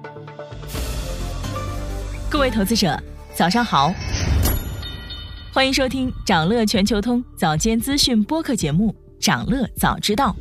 各位投资者，早上好，欢迎收听长乐全球通早间资讯播客节目《长乐早知道》。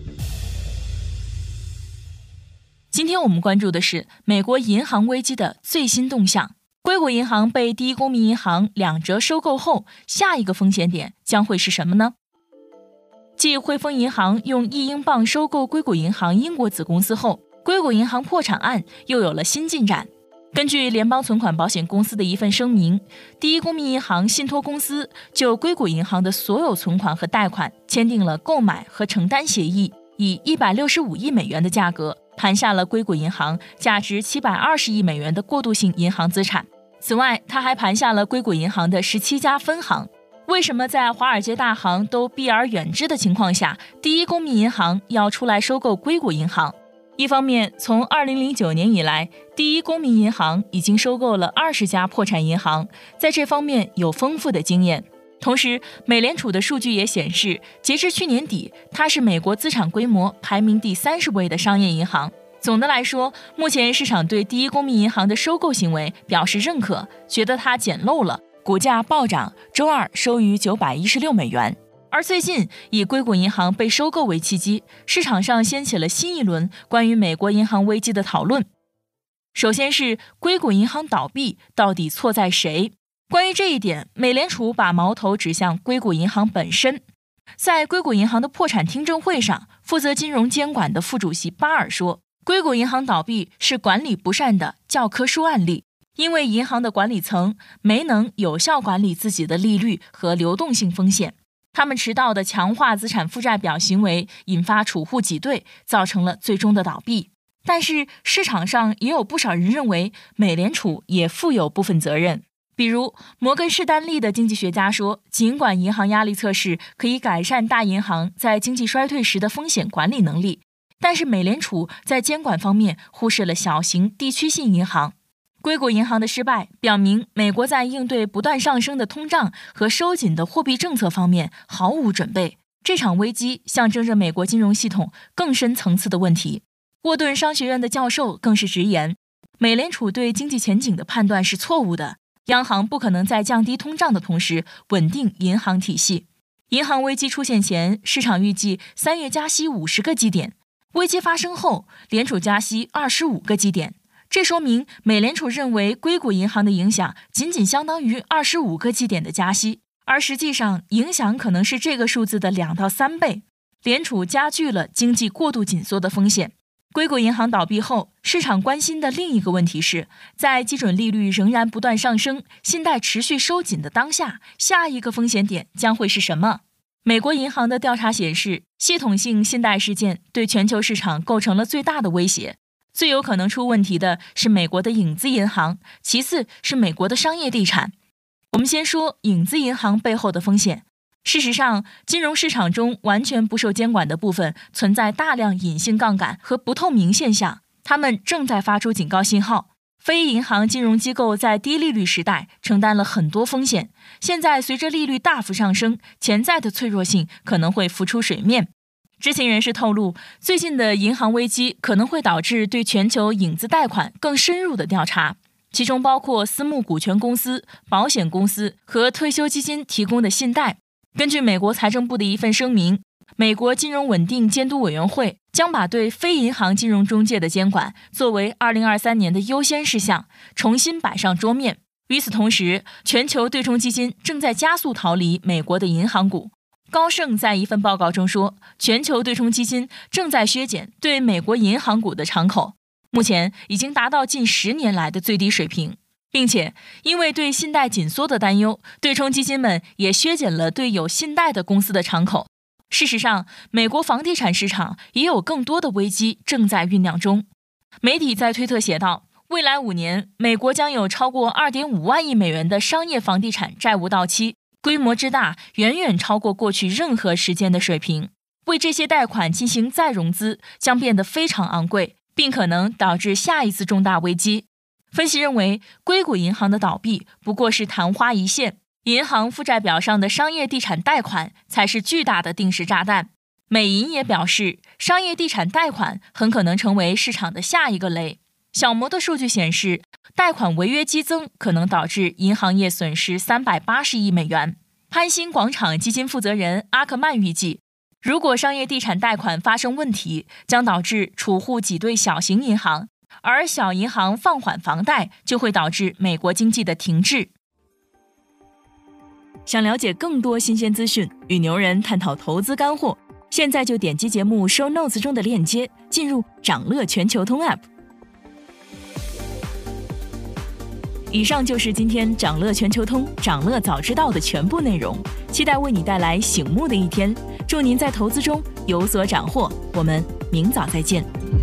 今天我们关注的是美国银行危机的最新动向。硅谷银行被第一公民银行2折收购后，下一个风险点将会是什么呢？继汇丰银行用1英镑收购硅谷银行英国子公司后，硅谷银行破产案又有了新进展。根据联邦存款保险公司的一份声明，第一公民银行信托公司就硅谷银行的所有存款和贷款签订了购买和承担协议，以165亿美元的价格盘下了硅谷银行价值720亿美元的过渡性银行资产。此外，他还盘下了硅谷银行的17家分行。为什么在华尔街大行都避而远之的情况下，第一公民银行要出来收购硅谷银行？一方面，从2009年以来，第一公民银行已经收购了20家破产银行，在这方面有丰富的经验。同时，美联储的数据也显示，截至去年底，它是美国资产规模排名第30位的商业银行。总的来说，目前市场对第一公民银行的收购行为表示认可，觉得它捡漏了，股价暴涨，周二收于916美元。而最近以硅谷银行被收购为契机，市场上掀起了新一轮关于美国银行危机的讨论。首先是硅谷银行倒闭到底错在谁？关于这一点，美联储把矛头指向硅谷银行本身。在硅谷银行的破产听证会上，负责金融监管的副主席巴尔说，硅谷银行倒闭是管理不善的教科书案例，因为银行的管理层没能有效管理自己的利率和流动性风险。他们迟到的强化资产负债表行为引发储户挤兑，造成了最终的倒闭。但是市场上也有不少人认为美联储也负有部分责任。比如摩根士丹利的经济学家说，尽管银行压力测试可以改善大银行在经济衰退时的风险管理能力，但是美联储在监管方面忽视了小型地区性银行。硅谷银行的失败表明，美国在应对不断上升的通胀和收紧的货币政策方面毫无准备。这场危机象征着美国金融系统更深层次的问题。沃顿商学院的教授更是直言，美联储对经济前景的判断是错误的，央行不可能在降低通胀的同时稳定银行体系。银行危机出现前，市场预计3月加息50个基点，危机发生后，联储加息25个基点。这说明美联储认为硅谷银行的影响仅仅相当于25个基点的加息，而实际上影响可能是这个数字的2到3倍。联储加剧了经济过度紧缩的风险。硅谷银行倒闭后，市场关心的另一个问题是，在基准利率仍然不断上升、信贷持续收紧的当下，下一个风险点将会是什么？美国银行的调查显示，系统性信贷事件对全球市场构成了最大的威胁。最有可能出问题的是美国的影子银行，其次是美国的商业地产。我们先说影子银行背后的风险。事实上，金融市场中完全不受监管的部分存在大量隐性杠杆和不透明现象，它们正在发出警告信号。非银行金融机构在低利率时代承担了很多风险，现在随着利率大幅上升，潜在的脆弱性可能会浮出水面。知情人士透露，最近的银行危机可能会导致对全球影子贷款更深入的调查，其中包括私募股权公司、保险公司和退休基金提供的信贷。根据美国财政部的一份声明，美国金融稳定监督委员会将把对非银行金融中介的监管作为2023年的优先事项，重新摆上桌面。与此同时，全球对冲基金正在加速逃离美国的银行股。高盛在一份报告中说，全球对冲基金正在削减对美国银行股的敞口，目前已经达到近10年来的最低水平，并且因为对信贷紧缩的担忧，对冲基金们也削减了对有信贷的公司的敞口。事实上，美国房地产市场也有更多的危机正在酝酿中。媒体在推特写道，未来5年，美国将有超过2.5万亿美元的商业房地产债务到期，规模之大远远超过过去任何时间的水平。为这些贷款进行再融资将变得非常昂贵，并可能导致下一次重大危机。分析认为，硅谷银行的倒闭不过是昙花一现，银行负债表上的商业地产贷款才是巨大的定时炸弹。美银也表示，商业地产贷款很可能成为市场的下一个雷。 小摩的数据显示，贷款违约激增可能导致银行业损失380亿美元。潘兴广场基金负责人阿克曼预计，如果商业地产贷款发生问题，将导致储户挤兑小型银行，而小银行放缓房贷，就会导致美国经济的停滞。想了解更多新鲜资讯，与牛人探讨投资干货，现在就点击节目 show notes 中的链接，进入掌乐全球通 App。以上就是今天掌乐全球通掌乐早知道的全部内容，期待为你带来醒目的一天，祝您在投资中有所斩获，我们明早再见。